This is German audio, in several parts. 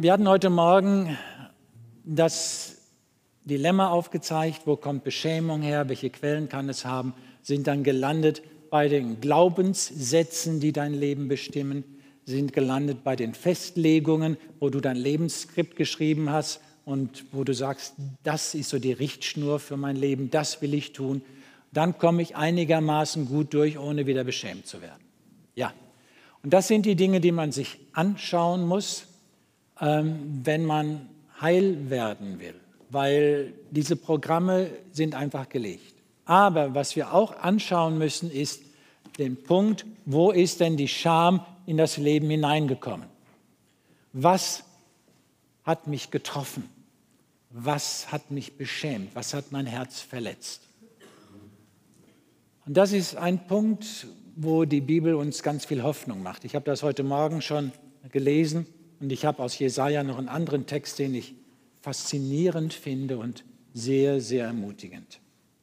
wir hatten heute Morgen das Dilemma aufgezeigt, wo kommt Beschämung her, welche Quellen kann es haben, sind dann gelandet bei den Glaubenssätzen, die dein Leben bestimmen, sind gelandet bei den Festlegungen, wo du dein Lebensskript geschrieben hast und wo du sagst, das ist so die Richtschnur für mein Leben, das will ich tun. Dann komme ich einigermaßen gut durch, ohne wieder beschämt zu werden. Ja, und das sind die Dinge, die man sich anschauen muss, wenn man heil werden will, weil diese Programme sind einfach gelegt. Aber was wir auch anschauen müssen, ist den Punkt, wo ist denn die Scham in das Leben hineingekommen? Was hat mich getroffen? Was hat mich beschämt? Was hat mein Herz verletzt? Und das ist ein Punkt, wo die Bibel uns ganz viel Hoffnung macht. Ich habe das heute Morgen schon gelesen und ich habe aus Jesaja noch einen anderen Text, den ich faszinierend finde und sehr, sehr ermutigend.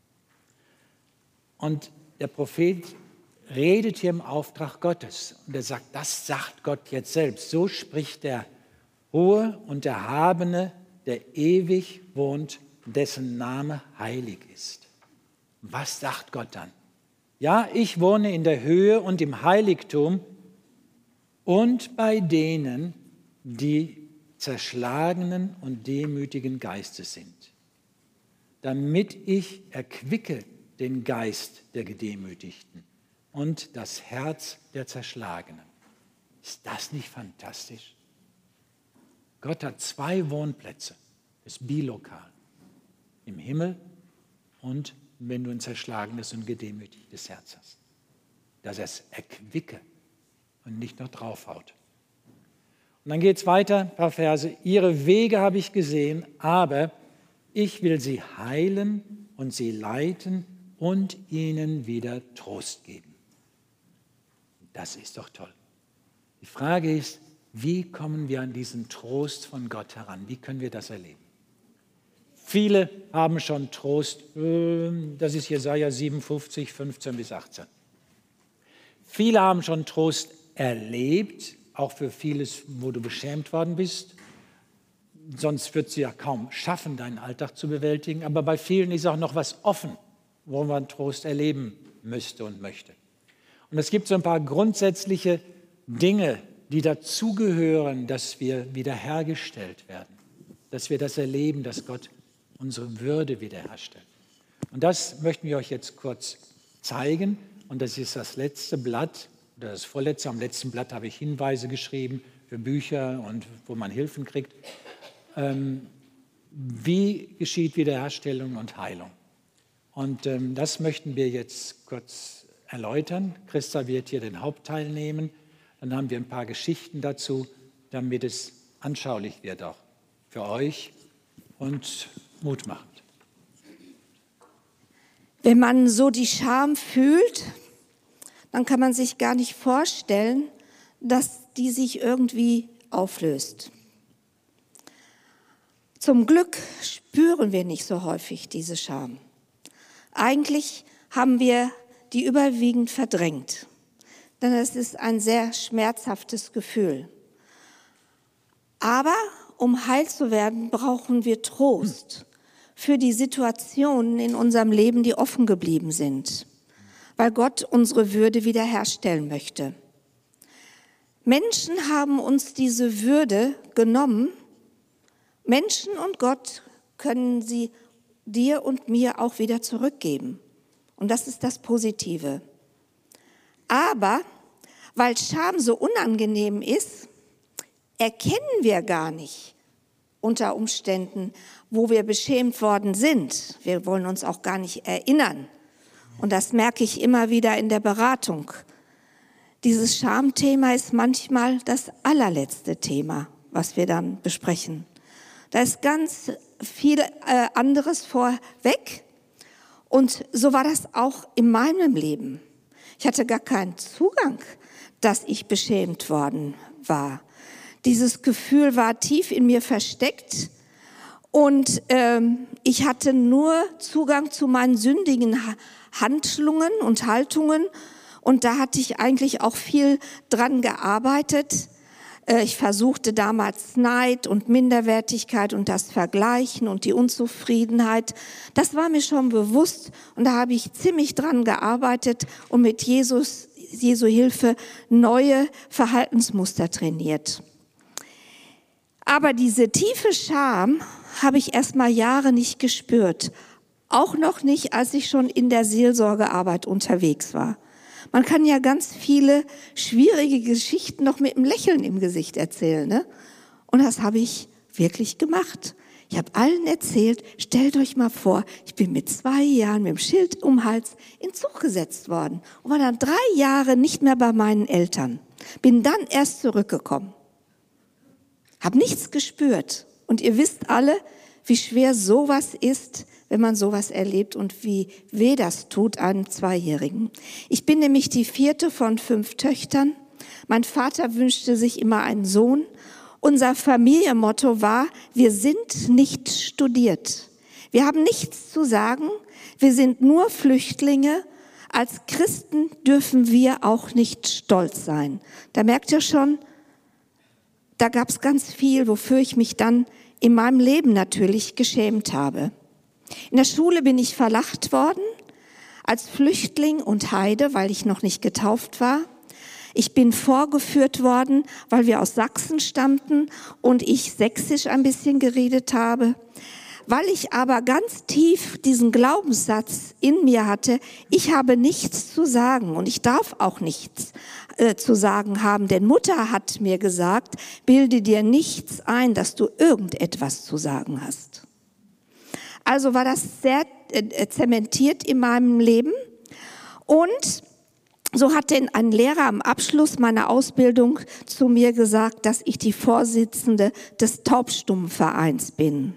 Und der Prophet redet hier im Auftrag Gottes und er sagt, das sagt Gott jetzt selbst. So spricht der Hohe und Erhabene, der ewig wohnt, dessen Name heilig ist. Was sagt Gott dann? Ja, ich wohne in der Höhe und im Heiligtum und bei denen, die zerschlagenen und demütigen Geistes sind, damit ich erquicke den Geist der Gedemütigten und das Herz der Zerschlagenen. Ist das nicht fantastisch? Gott hat 2 Wohnplätze, das bilokal, im Himmel und wenn du ein zerschlagenes und gedemütigtes Herz hast. Dass er es erquicke und nicht noch draufhaut. Und dann geht es weiter, ein paar Verse. Ihre Wege habe ich gesehen, aber ich will sie heilen und sie leiten und ihnen wieder Trost geben. Das ist doch toll. Die Frage ist, wie kommen wir an diesen Trost von Gott heran? Wie können wir das erleben? Viele haben schon Trost, das ist Jesaja 57, 15 bis 18. Viele haben schon Trost erlebt, auch für vieles, wo du beschämt worden bist. Sonst würdest du ja kaum schaffen, deinen Alltag zu bewältigen. Aber bei vielen ist auch noch was offen, wo man Trost erleben müsste und möchte. Und es gibt so ein paar grundsätzliche Dinge, die dazugehören, dass wir wiederhergestellt werden, dass wir das erleben, dass Gott unsere Würde wiederherstellt. Und das möchten wir euch jetzt kurz zeigen. Und das ist das letzte Blatt, oder das vorletzte. Am letzten Blatt habe ich Hinweise geschrieben für Bücher und wo man Hilfen kriegt. Wie geschieht Wiederherstellung und Heilung? Und das möchten wir jetzt kurz erläutern. Christa wird hier den Hauptteil nehmen. Dann haben wir ein paar Geschichten dazu, damit es anschaulich wird auch für euch und mutmachend. Wenn man so die Scham fühlt, dann kann man sich gar nicht vorstellen, dass die sich irgendwie auflöst. Zum Glück spüren wir nicht so häufig diese Scham. Eigentlich haben wir die überwiegend verdrängt, denn es ist ein sehr schmerzhaftes Gefühl. Aber um heil zu werden, brauchen wir Trost für die Situationen in unserem Leben, die offen geblieben sind, weil Gott unsere Würde wiederherstellen möchte. Menschen haben uns diese Würde genommen. Menschen und Gott können sie dir und mir auch wieder zurückgeben. Und das ist das Positive. Aber weil Scham so unangenehm ist, erkennen wir gar nicht unter Umständen, wo wir beschämt worden sind. Wir wollen uns auch gar nicht erinnern. Und das merke ich immer wieder in der Beratung. Dieses Schamthema ist manchmal das allerletzte Thema, was wir dann besprechen. Da ist ganz viel anderes vorweg. Und so war das auch in meinem Leben. Ich hatte gar keinen Zugang, dass ich beschämt worden war. Dieses Gefühl war tief in mir versteckt und ich hatte nur Zugang zu meinen sündigen Handlungen und Haltungen und da hatte ich eigentlich auch viel dran gearbeitet, Ich versuchte damals Neid und Minderwertigkeit und das Vergleichen und die Unzufriedenheit. Das war mir schon bewusst und da habe ich ziemlich dran gearbeitet und mit Jesu Hilfe neue Verhaltensmuster trainiert. Aber diese tiefe Scham habe ich erst mal Jahre nicht gespürt. Auch noch nicht, als ich schon in der Seelsorgearbeit unterwegs war. Man kann ja ganz viele schwierige Geschichten noch mit einem Lächeln im Gesicht erzählen, ne? Und das habe ich wirklich gemacht. Ich habe allen erzählt, stellt euch mal vor, ich bin mit 2 Jahren mit dem Schild um den Hals in Zug gesetzt worden und war dann 3 Jahre nicht mehr bei meinen Eltern. Bin dann erst zurückgekommen. Hab nichts gespürt. Und ihr wisst alle, wie schwer sowas ist, wenn man sowas erlebt und wie weh das tut einem 2-Jährigen. Ich bin nämlich die 4. von 5 Töchtern. Mein Vater wünschte sich immer einen Sohn. Unser Familienmotto war, wir sind nicht studiert. Wir haben nichts zu sagen. Wir sind nur Flüchtlinge. Als Christen dürfen wir auch nicht stolz sein. Da merkt ihr schon, da gab es ganz viel, wofür ich mich dann in meinem Leben natürlich geschämt habe. In der Schule bin ich verlacht worden, als Flüchtling und Heide, weil ich noch nicht getauft war. Ich bin vorgeführt worden, weil wir aus Sachsen stammten und ich Sächsisch ein bisschen geredet habe. Weil ich aber ganz tief diesen Glaubenssatz in mir hatte, ich habe nichts zu sagen und ich darf auch nichts zu sagen haben, denn Mutter hat mir gesagt, bilde dir nichts ein, dass du irgendetwas zu sagen hast. Also war das sehr zementiert in meinem Leben und so hat denn ein Lehrer am Abschluss meiner Ausbildung zu mir gesagt, dass ich die Vorsitzende des Taubstummenvereins bin.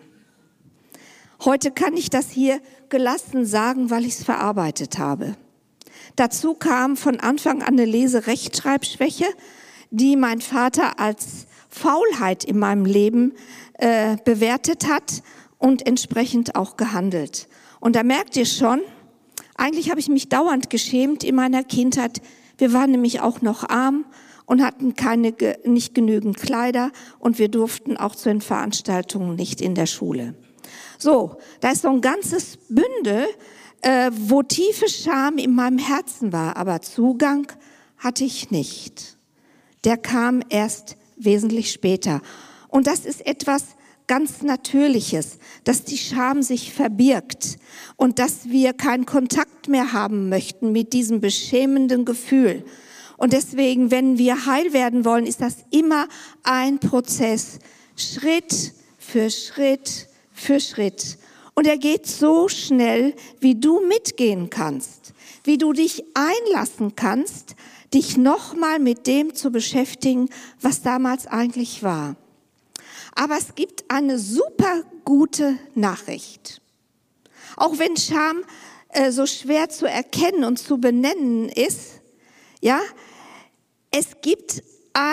Heute kann ich das hier gelassen sagen, weil ich es verarbeitet habe. Dazu kam von Anfang an eine Lese-Rechtschreibschwäche, die mein Vater als Faulheit in meinem Leben bewertet hat und entsprechend auch gehandelt. Und da merkt ihr schon, eigentlich habe ich mich dauernd geschämt in meiner Kindheit. Wir waren nämlich auch noch arm und hatten nicht genügend Kleider und wir durften auch zu den Veranstaltungen nicht in der Schule. So, da ist so ein ganzes Bündel, wo tiefe Scham in meinem Herzen war, aber Zugang hatte ich nicht. Der kam erst wesentlich später. Und das ist etwas ganz Natürliches, dass die Scham sich verbirgt und dass wir keinen Kontakt mehr haben möchten mit diesem beschämenden Gefühl. Und deswegen, wenn wir heil werden wollen, ist das immer ein Prozess, Schritt für Schritt für Schritt. Und er geht so schnell, wie du mitgehen kannst, wie du dich einlassen kannst, dich nochmal mit dem zu beschäftigen, was damals eigentlich war. Aber es gibt eine super gute Nachricht. Auch wenn Scham so schwer zu erkennen und zu benennen ist, ja, es gibt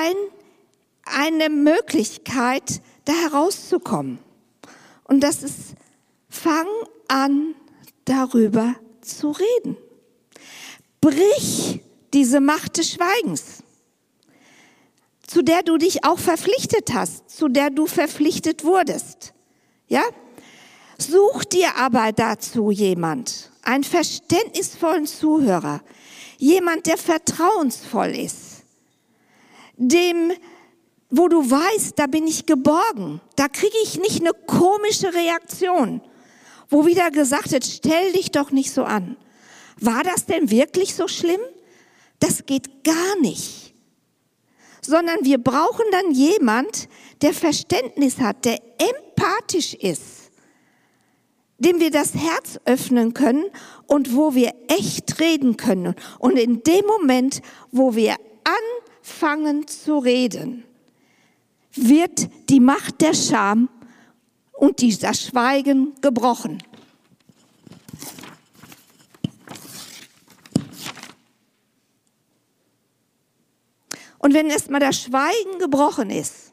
eine Möglichkeit, da herauszukommen. Und das ist, fang an, darüber zu reden. Brich diese Macht des Schweigens, zu der du dich auch verpflichtet hast, zu der du verpflichtet wurdest. Ja? Such dir aber dazu jemand, einen verständnisvollen Zuhörer, jemand, der vertrauensvoll ist, wo du weißt, da bin ich geborgen, da kriege ich nicht eine komische Reaktion, wo wieder gesagt wird, stell dich doch nicht so an. War das denn wirklich so schlimm? Das geht gar nicht. Sondern wir brauchen dann jemand, der Verständnis hat, der empathisch ist, dem wir das Herz öffnen können und wo wir echt reden können. Und in dem Moment, wo wir anfangen zu reden, wird die Macht der Scham und das Schweigen gebrochen. Und wenn erstmal das Schweigen gebrochen ist,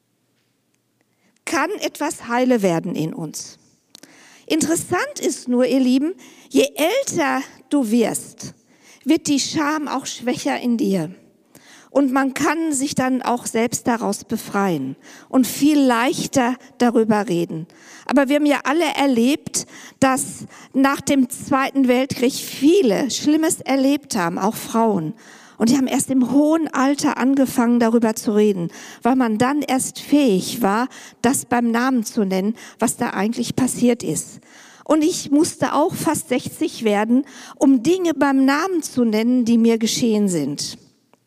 kann etwas heile werden in uns. Interessant ist nur, ihr Lieben, je älter du wirst, wird die Scham auch schwächer in dir. Und man kann sich dann auch selbst daraus befreien und viel leichter darüber reden. Aber wir haben ja alle erlebt, dass nach dem Zweiten Weltkrieg viele Schlimmes erlebt haben, auch Frauen. Und die haben erst im hohen Alter angefangen, darüber zu reden, weil man dann erst fähig war, das beim Namen zu nennen, was da eigentlich passiert ist. Und ich musste auch fast 60 werden, um Dinge beim Namen zu nennen, die mir geschehen sind.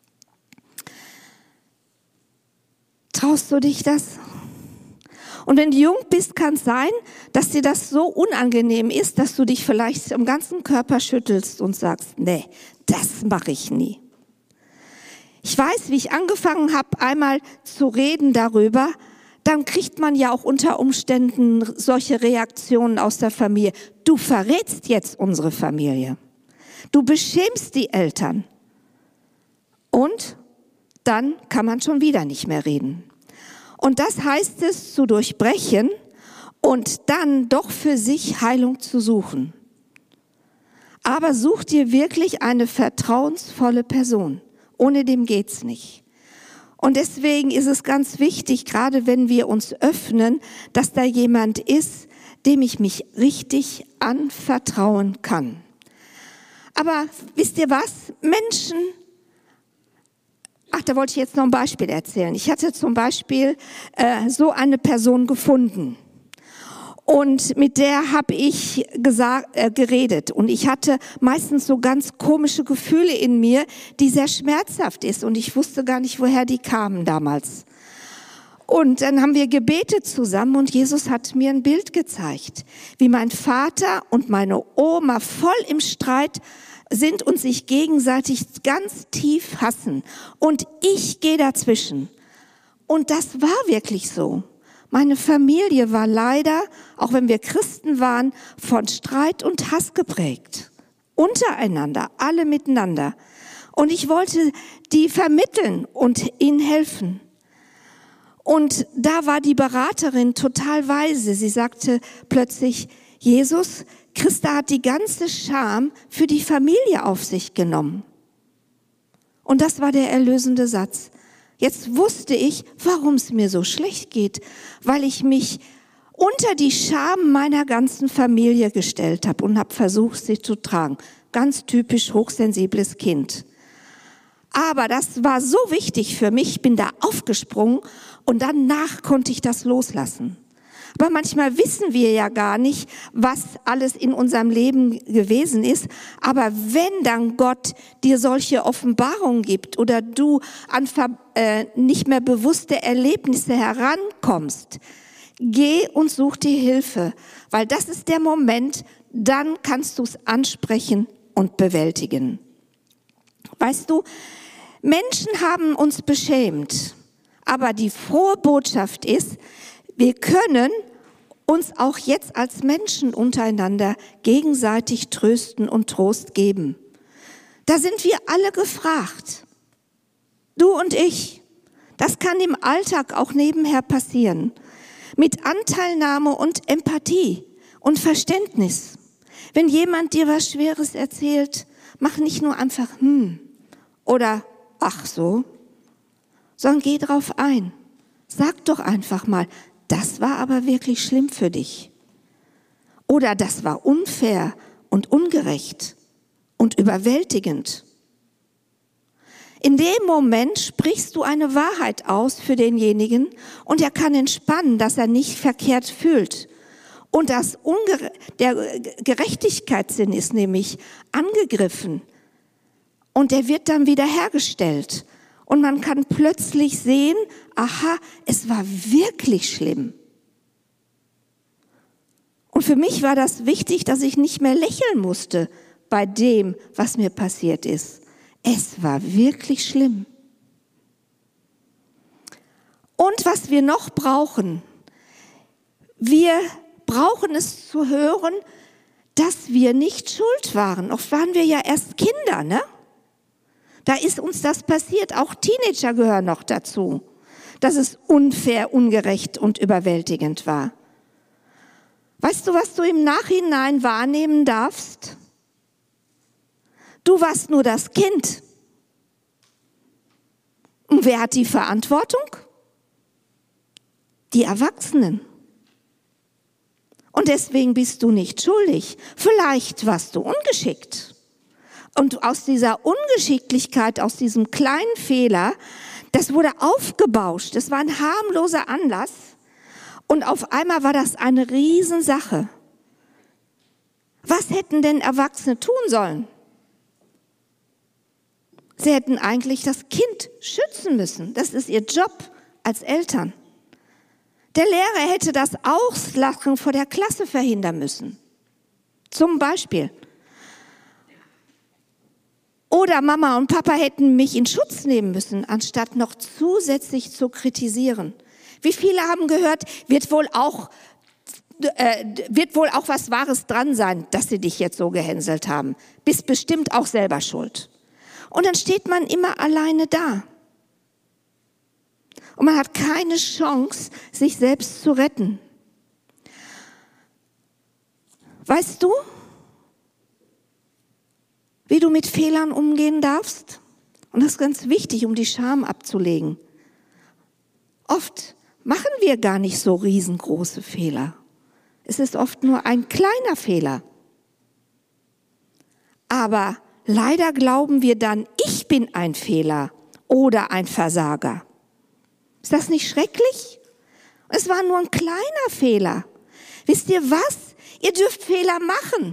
Traust du dich das? Und wenn du jung bist, kann es sein, dass dir das so unangenehm ist, dass du dich vielleicht am ganzen Körper schüttelst und sagst, nee, das mache ich nie. Ich weiß, wie ich angefangen habe, einmal zu reden darüber, dann kriegt man ja auch unter Umständen solche Reaktionen aus der Familie. Du verrätst jetzt unsere Familie. Du beschämst die Eltern. Und dann kann man schon wieder nicht mehr reden. Und das heißt es, zu durchbrechen und dann doch für sich Heilung zu suchen. Aber such dir wirklich eine vertrauensvolle Person. Ohne dem geht's nicht. Und deswegen ist es ganz wichtig, gerade wenn wir uns öffnen, dass da jemand ist, dem ich mich richtig anvertrauen kann. Aber wisst ihr was? Menschen, da wollte ich jetzt noch ein Beispiel erzählen. Ich hatte zum Beispiel so eine Person gefunden. Und mit der habe ich geredet. Und ich hatte meistens so ganz komische Gefühle in mir, die sehr schmerzhaft ist. Und ich wusste gar nicht, woher die kamen damals. Und dann haben wir gebetet zusammen und Jesus hat mir ein Bild gezeigt, wie mein Vater und meine Oma voll im Streit sind und sich gegenseitig ganz tief hassen. Und ich gehe dazwischen. Und das war wirklich so. Meine Familie war leider, auch wenn wir Christen waren, von Streit und Hass geprägt. Untereinander, alle miteinander. Und ich wollte die vermitteln und ihnen helfen. Und da war die Beraterin total weise. Sie sagte plötzlich, Jesus, Christa hat die ganze Scham für die Familie auf sich genommen. Und das war der erlösende Satz. Jetzt wusste ich, warum es mir so schlecht geht, weil ich mich unter die Scham meiner ganzen Familie gestellt habe und habe versucht, sie zu tragen. Ganz typisch hochsensibles Kind. Aber das war so wichtig für mich, ich bin da aufgesprungen und danach konnte ich das loslassen. Aber manchmal wissen wir ja gar nicht, was alles in unserem Leben gewesen ist. Aber wenn dann Gott dir solche Offenbarungen gibt oder du an nicht mehr bewusste Erlebnisse herankommst, geh und such dir Hilfe. Weil das ist der Moment, dann kannst du es ansprechen und bewältigen. Weißt du, Menschen haben uns beschämt. Aber die frohe Botschaft ist, wir können uns auch jetzt als Menschen untereinander gegenseitig trösten und Trost geben. Da sind wir alle gefragt. Du und ich. Das kann im Alltag auch nebenher passieren. Mit Anteilnahme und Empathie und Verständnis. Wenn jemand dir was Schweres erzählt, mach nicht nur einfach oder ach so, sondern geh drauf ein. Sag doch einfach mal, das war aber wirklich schlimm für dich. Oder das war unfair und ungerecht und überwältigend. In dem Moment sprichst du eine Wahrheit aus für denjenigen und er kann entspannen, dass er nicht verkehrt fühlt. Und der Gerechtigkeitssinn ist nämlich angegriffen und der wird dann wieder hergestellt. Und man kann plötzlich sehen, aha, es war wirklich schlimm. Und für mich war das wichtig, dass ich nicht mehr lächeln musste bei dem, was mir passiert ist. Es war wirklich schlimm. Und was wir noch brauchen, wir brauchen es zu hören, dass wir nicht schuld waren. Oft waren wir ja erst Kinder, ne? Da ist uns das passiert. Auch Teenager gehören noch dazu, dass es unfair, ungerecht und überwältigend war. Weißt du, was du im Nachhinein wahrnehmen darfst? Du warst nur das Kind. Und wer hat die Verantwortung? Die Erwachsenen. Und deswegen bist du nicht schuldig. Vielleicht warst du ungeschickt. Und aus dieser Ungeschicklichkeit, aus diesem kleinen Fehler, das wurde aufgebauscht. Das war ein harmloser Anlass. Und auf einmal war das eine Riesensache. Was hätten denn Erwachsene tun sollen? Sie hätten eigentlich das Kind schützen müssen. Das ist ihr Job als Eltern. Der Lehrer hätte das Auslachen vor der Klasse verhindern müssen. Zum Beispiel. Oder Mama und Papa hätten mich in Schutz nehmen müssen, anstatt noch zusätzlich zu kritisieren. Wie viele haben gehört, wird wohl auch was Wahres dran sein, dass sie dich jetzt so gehänselt haben. Bist bestimmt auch selber schuld. Und dann steht man immer alleine da. Und man hat keine Chance, sich selbst zu retten. Weißt du, wie du mit Fehlern umgehen darfst? Und das ist ganz wichtig, um die Scham abzulegen. Oft machen wir gar nicht so riesengroße Fehler. Es ist oft nur ein kleiner Fehler. Aber leider glauben wir dann, ich bin ein Fehler oder ein Versager. Ist das nicht schrecklich? Es war nur ein kleiner Fehler. Wisst ihr was? Ihr dürft Fehler machen.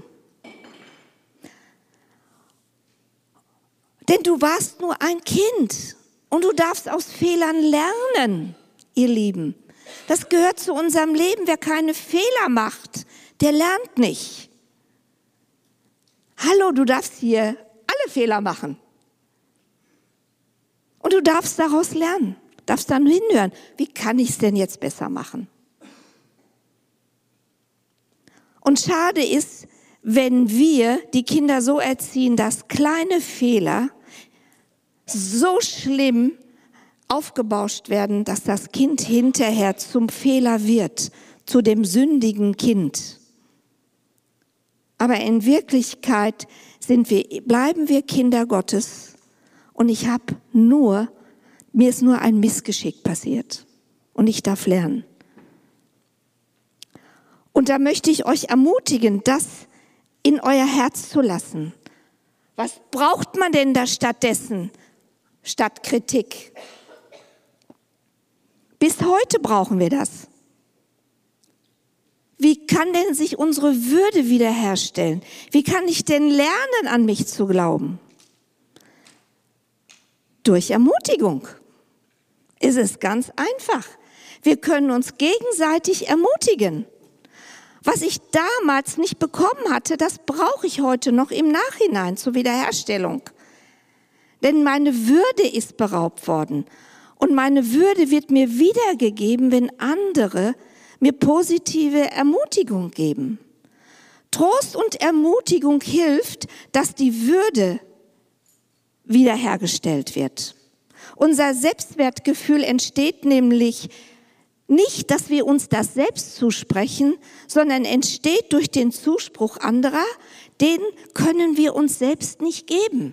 Denn du warst nur ein Kind und du darfst aus Fehlern lernen, ihr Lieben. Das gehört zu unserem Leben. Wer keine Fehler macht, der lernt nicht. Hallo, du darfst hier alle Fehler machen. Und du darfst daraus lernen. Darfst dann hinhören, wie kann ich es denn jetzt besser machen? Und schade ist, wenn wir die Kinder so erziehen, dass kleine Fehler so schlimm aufgebauscht werden, dass das Kind hinterher zum Fehler wird, zu dem sündigen Kind. Aber in Wirklichkeit bleiben wir Kinder Gottes und mir ist nur ein Missgeschick passiert und ich darf lernen. Und da möchte ich euch ermutigen, das in euer Herz zu lassen. Was braucht man denn da stattdessen, statt Kritik? Bis heute brauchen wir das. Wie kann denn sich unsere Würde wiederherstellen? Wie kann ich denn lernen, an mich zu glauben? Durch Ermutigung. Ist es ganz einfach. Wir können uns gegenseitig ermutigen. Was ich damals nicht bekommen hatte, das brauche ich heute noch im Nachhinein zur Wiederherstellung. Denn meine Würde ist beraubt worden. Und meine Würde wird mir wiedergegeben, wenn andere mir positive Ermutigung geben. Trost und Ermutigung hilft, dass die Würde wiederhergestellt wird. Unser Selbstwertgefühl entsteht nämlich nicht, dass wir uns das selbst zusprechen, sondern entsteht durch den Zuspruch anderer, den können wir uns selbst nicht geben.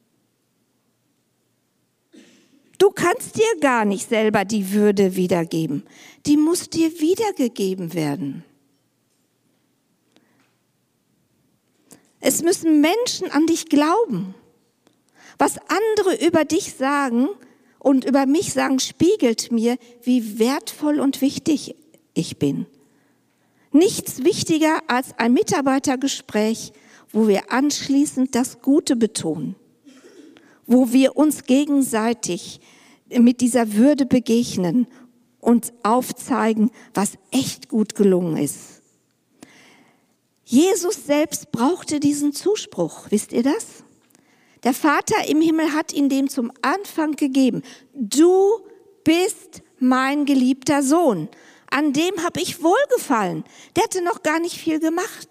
Du kannst dir gar nicht selber die Würde wiedergeben. Die muss dir wiedergegeben werden. Es müssen Menschen an dich glauben. Was andere über dich sagen und über mich sagen, spiegelt mir, wie wertvoll und wichtig ich bin. Nichts wichtiger als ein Mitarbeitergespräch, wo wir anschließend das Gute betonen, wo wir uns gegenseitig mit dieser Würde begegnen und aufzeigen, was echt gut gelungen ist. Jesus selbst brauchte diesen Zuspruch, wisst ihr das? Der Vater im Himmel hat ihn dem zum Anfang gegeben. Du bist mein geliebter Sohn. An dem habe ich wohlgefallen. Der hatte noch gar nicht viel gemacht.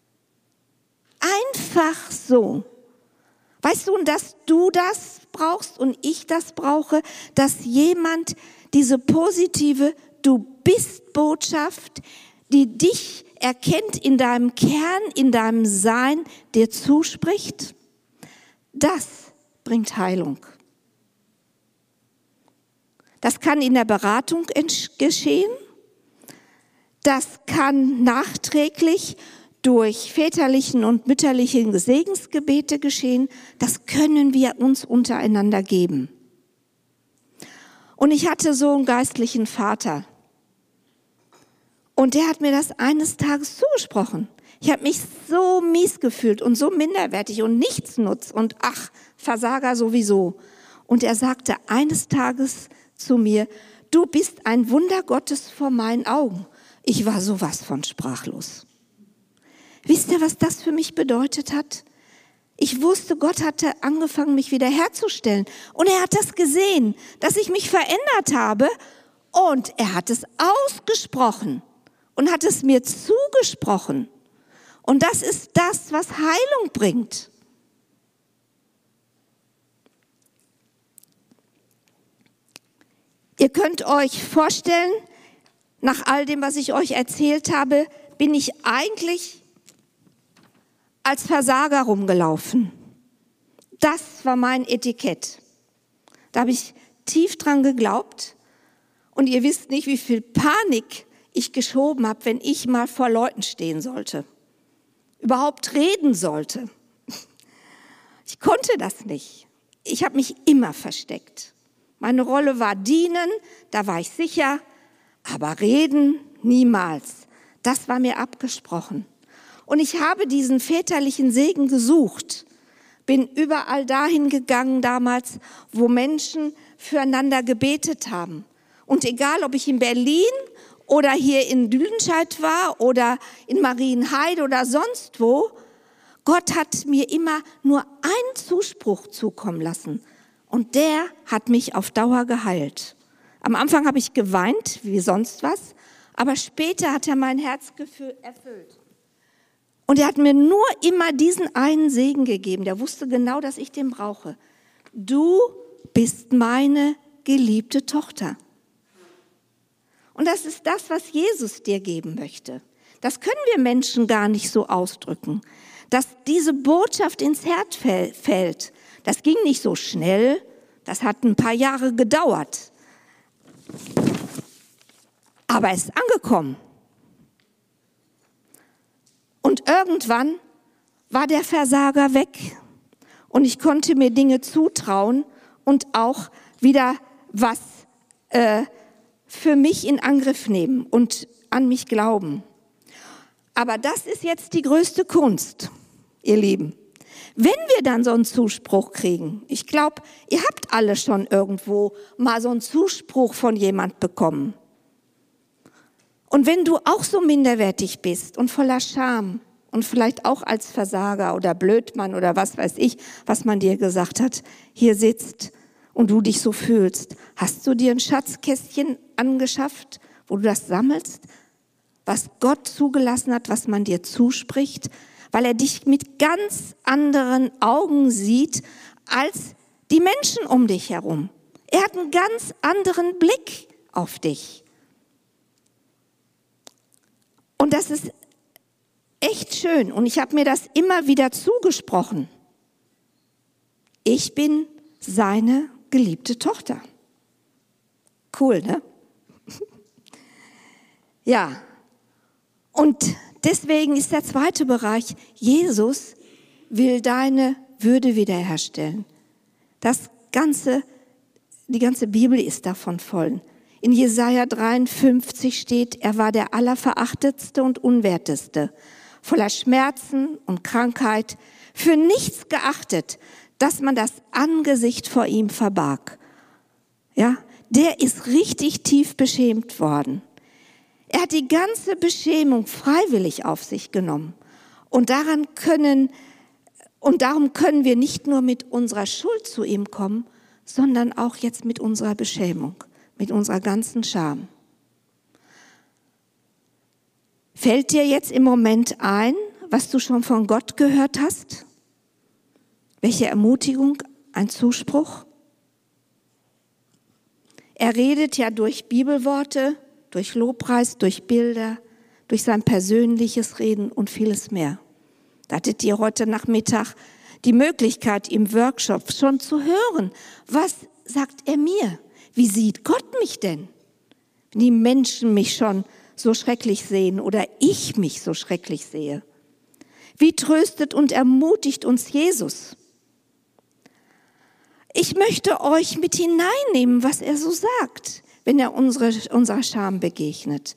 Einfach so. Weißt du, dass du das brauchst und ich das brauche, dass jemand diese positive Du bist Botschaft, die dich erkennt in deinem Kern, in deinem Sein, dir zuspricht? Das bringt Heilung. Das kann in der Beratung geschehen. Das kann nachträglich durch väterlichen und mütterlichen Segensgebete geschehen. Das können wir uns untereinander geben. Und ich hatte so einen geistlichen Vater. Und der hat mir das eines Tages zugesprochen. Ich habe mich so mies gefühlt und so minderwertig und nichtsnutz und Versager sowieso. Und er sagte eines Tages zu mir, du bist ein Wunder Gottes vor meinen Augen. Ich war sowas von sprachlos. Wisst ihr, was das für mich bedeutet hat? Ich wusste, Gott hatte angefangen, mich wiederherzustellen. Und er hat das gesehen, dass ich mich verändert habe. Und er hat es ausgesprochen und hat es mir zugesprochen. Und das ist das, was Heilung bringt. Ihr könnt euch vorstellen, nach all dem, was ich euch erzählt habe, bin ich eigentlich als Versager rumgelaufen. Das war mein Etikett. Da habe ich tief dran geglaubt. Und ihr wisst nicht, wie viel Panik ich geschoben habe, wenn ich mal vor Leuten stehen sollte. Überhaupt reden sollte. Ich konnte das nicht. Ich habe mich immer versteckt. Meine Rolle war dienen, da war ich sicher, aber reden niemals. Das war mir abgesprochen. Und ich habe diesen väterlichen Segen gesucht, bin überall dahin gegangen damals, wo Menschen füreinander gebetet haben. Und egal, ob ich in Berlin oder hier in Lüdenscheid war oder in Marienheide oder sonst wo, Gott hat mir immer nur einen Zuspruch zukommen lassen. Und der hat mich auf Dauer geheilt. Am Anfang habe ich geweint, wie sonst was, aber später hat er mein Herzgefühl erfüllt. Und er hat mir nur immer diesen einen Segen gegeben. Der wusste genau, dass ich den brauche. Du bist meine geliebte Tochter. Und das ist das, was Jesus dir geben möchte. Das können wir Menschen gar nicht so ausdrücken. Dass diese Botschaft ins Herz fällt, das ging nicht so schnell. Das hat ein paar Jahre gedauert. Aber es ist angekommen. Und irgendwann war der Versager weg. Und ich konnte mir Dinge zutrauen und auch wieder was für mich in Angriff nehmen und an mich glauben. Aber das ist jetzt die größte Kunst, ihr Lieben. Wenn wir dann so einen Zuspruch kriegen, ich glaube, ihr habt alle schon irgendwo mal so einen Zuspruch von jemand bekommen. Und wenn du auch so minderwertig bist und voller Scham und vielleicht auch als Versager oder Blödmann oder was weiß ich, was man dir gesagt hat, hier sitzt und du dich so fühlst, hast du dir ein Schatzkästchen angeschafft, wo du das sammelst, was Gott zugelassen hat, was man dir zuspricht, weil er dich mit ganz anderen Augen sieht als die Menschen um dich herum. Er hat einen ganz anderen Blick auf dich. Und das ist echt schön. Und ich habe mir das immer wieder zugesprochen. Ich bin seine geliebte Tochter. Cool, ne? Ja. Und deswegen ist der zweite Bereich, Jesus will deine Würde wiederherstellen. Die ganze Bibel ist davon voll. In Jesaja 53 steht, er war der Allerverachtetste und Unwerteste, voller Schmerzen und Krankheit, für nichts geachtet, dass man das Angesicht vor ihm verbarg. Ja, der ist richtig tief beschämt worden. Er hat die ganze Beschämung freiwillig auf sich genommen. Und darum können wir nicht nur mit unserer Schuld zu ihm kommen, sondern auch jetzt mit unserer Beschämung, mit unserer ganzen Scham. Fällt dir jetzt im Moment ein, was du schon von Gott gehört hast? Welche Ermutigung, ein Zuspruch? Er redet ja durch Bibelworte, durch Lobpreis, durch Bilder, durch sein persönliches Reden und vieles mehr. Da hattet ihr heute Nachmittag die Möglichkeit, im Workshop schon zu hören, was sagt er mir? Wie sieht Gott mich denn? Wenn die Menschen mich schon so schrecklich sehen oder ich mich so schrecklich sehe. Wie tröstet und ermutigt uns Jesus? Ich möchte euch mit hineinnehmen, was er so sagt, wenn er unserer Scham begegnet.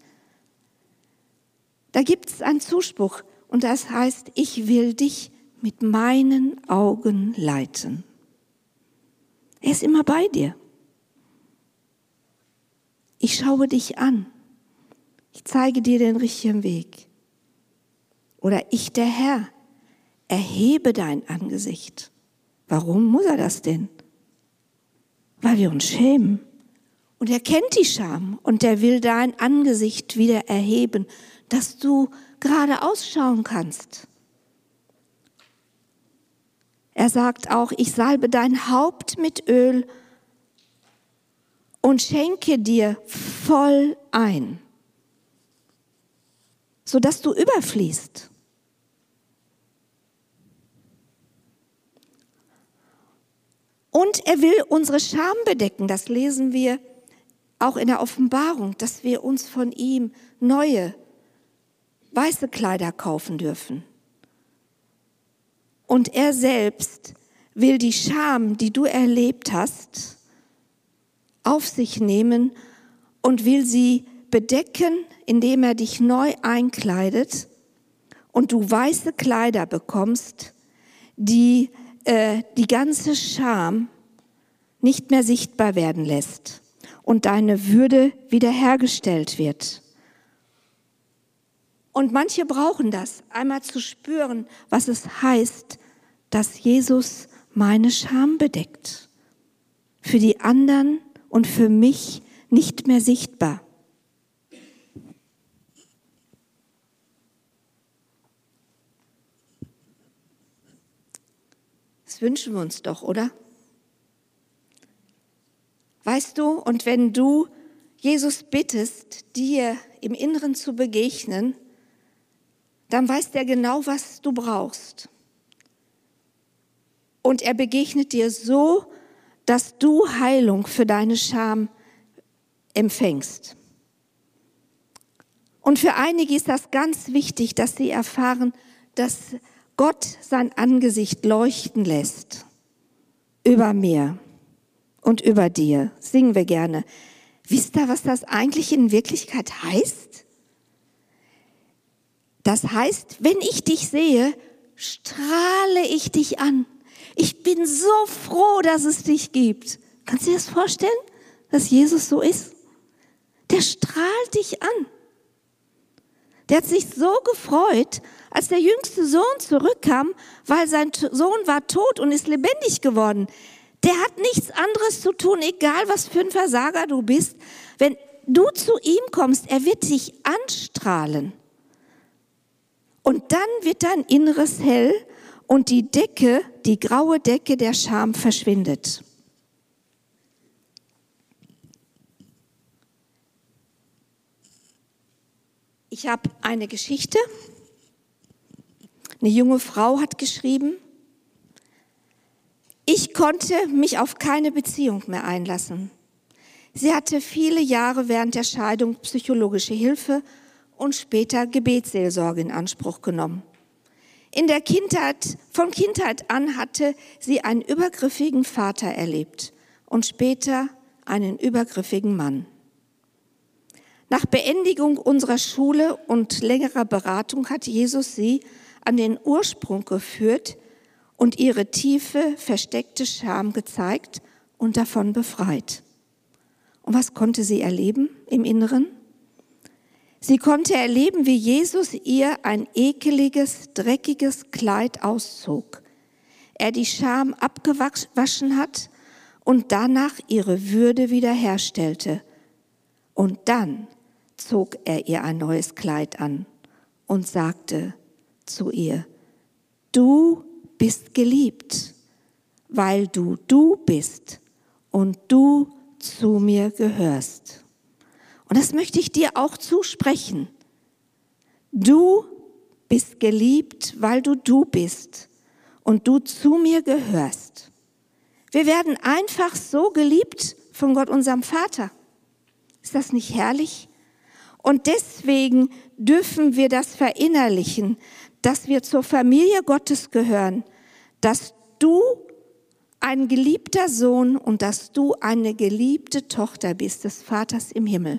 Da gibt es einen Zuspruch und das heißt, ich will dich mit meinen Augen leiten. Er ist immer bei dir. Ich schaue dich an. Ich zeige dir den richtigen Weg. Oder ich, der Herr, erhebe dein Angesicht. Warum muss er das denn? Weil wir uns schämen. Und er kennt die Scham und er will dein Angesicht wieder erheben, dass du gerade ausschauen kannst. Er sagt auch, ich salbe dein Haupt mit Öl und schenke dir voll ein, sodass du überfließt. Und er will unsere Scham bedecken, das lesen wir auch in der Offenbarung, dass wir uns von ihm neue, weiße Kleider kaufen dürfen. Und er selbst will die Scham, die du erlebt hast, auf sich nehmen und will sie bedecken, indem er dich neu einkleidet und du weiße Kleider bekommst, die die ganze Scham nicht mehr sichtbar werden lässt und deine Würde wiederhergestellt wird. Und manche brauchen das, einmal zu spüren, was es heißt, dass Jesus meine Scham bedeckt. Für die anderen und für mich nicht mehr sichtbar. Das wünschen wir uns doch, oder? Weißt du, und wenn du Jesus bittest, dir im Inneren zu begegnen, dann weiß er genau, was du brauchst. Und er begegnet dir so, dass du Heilung für deine Scham empfängst. Und für einige ist das ganz wichtig, dass sie erfahren, dass Gott sein Angesicht leuchten lässt über mir und über dir. Singen wir gerne. Wisst ihr, was das eigentlich in Wirklichkeit heißt? Das heißt, wenn ich dich sehe, strahle ich dich an. Ich bin so froh, dass es dich gibt. Kannst du dir das vorstellen, dass Jesus so ist? Der strahlt dich an. Der hat sich so gefreut, als der jüngste Sohn zurückkam, weil sein Sohn war tot und ist lebendig geworden. Der hat nichts anderes zu tun, egal was für ein Versager du bist. Wenn du zu ihm kommst, er wird dich anstrahlen. Und dann wird dein Inneres hell und die Decke, die graue Decke der Scham verschwindet. Ich habe eine Geschichte. Eine junge Frau hat geschrieben, ich konnte mich auf keine Beziehung mehr einlassen. Sie hatte viele Jahre während der Scheidung psychologische Hilfe und später Gebetsseelsorge in Anspruch genommen. Von Kindheit an hatte sie einen übergriffigen Vater erlebt und später einen übergriffigen Mann. Nach Beendigung unserer Schule und längerer Beratung hat Jesus sie an den Ursprung geführt und ihre tiefe, versteckte Scham gezeigt und davon befreit. Und was konnte sie erleben im Inneren? Sie konnte erleben, wie Jesus ihr ein ekeliges, dreckiges Kleid auszog. Er die Scham abgewaschen hat und danach ihre Würde wiederherstellte. Und dann zog er ihr ein neues Kleid an und sagte zu ihr, du bist geliebt, weil du bist und du zu mir gehörst. Und das möchte ich dir auch zusprechen. Du bist geliebt, weil du bist und du zu mir gehörst. Wir werden einfach so geliebt, von Gott, unserem Vater. Ist das nicht herrlich? Und deswegen dürfen wir das verinnerlichen, dass wir zur Familie Gottes gehören, dass du ein geliebter Sohn und dass du eine geliebte Tochter bist des Vaters im Himmel.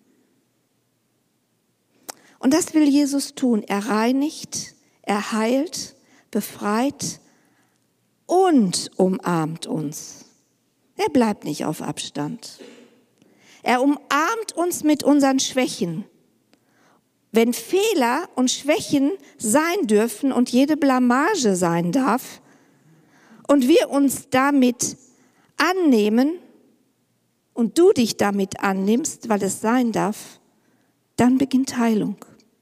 Und das will Jesus tun. Er reinigt, er heilt, befreit und umarmt uns. Er bleibt nicht auf Abstand. Er umarmt uns mit unseren Schwächen. Wenn Fehler und Schwächen sein dürfen und jede Blamage sein darf und wir uns damit annehmen und du dich damit annimmst, weil es sein darf, dann beginnt Heilung.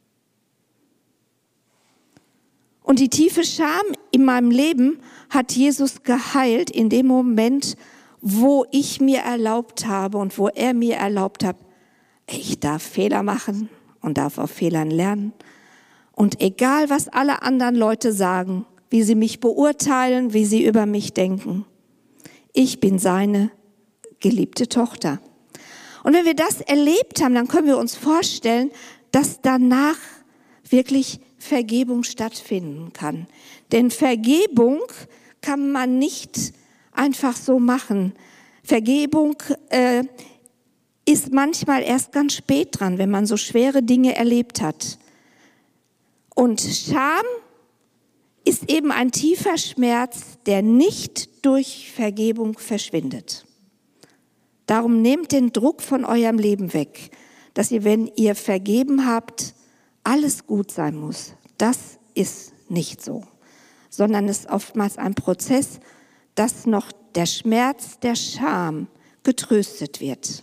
Und die tiefe Scham in meinem Leben hat Jesus geheilt in dem Moment, wo ich mir erlaubt habe und wo er mir erlaubt hat, ich darf Fehler machen und darf auf Fehlern lernen. Und egal, was alle anderen Leute sagen, wie sie mich beurteilen, wie sie über mich denken, ich bin seine geliebte Tochter. Und wenn wir das erlebt haben, dann können wir uns vorstellen, dass danach wirklich Vergebung stattfinden kann. Denn Vergebung kann man nicht einfach so machen. Vergebung ist manchmal erst ganz spät dran, wenn man so schwere Dinge erlebt hat. Und Scham ist eben ein tiefer Schmerz, der nicht durch Vergebung verschwindet. Darum nehmt den Druck von eurem Leben weg, dass ihr, wenn ihr vergeben habt, alles gut sein muss. Das ist nicht so, sondern es ist oftmals ein Prozess, dass noch der Schmerz der Scham getröstet wird.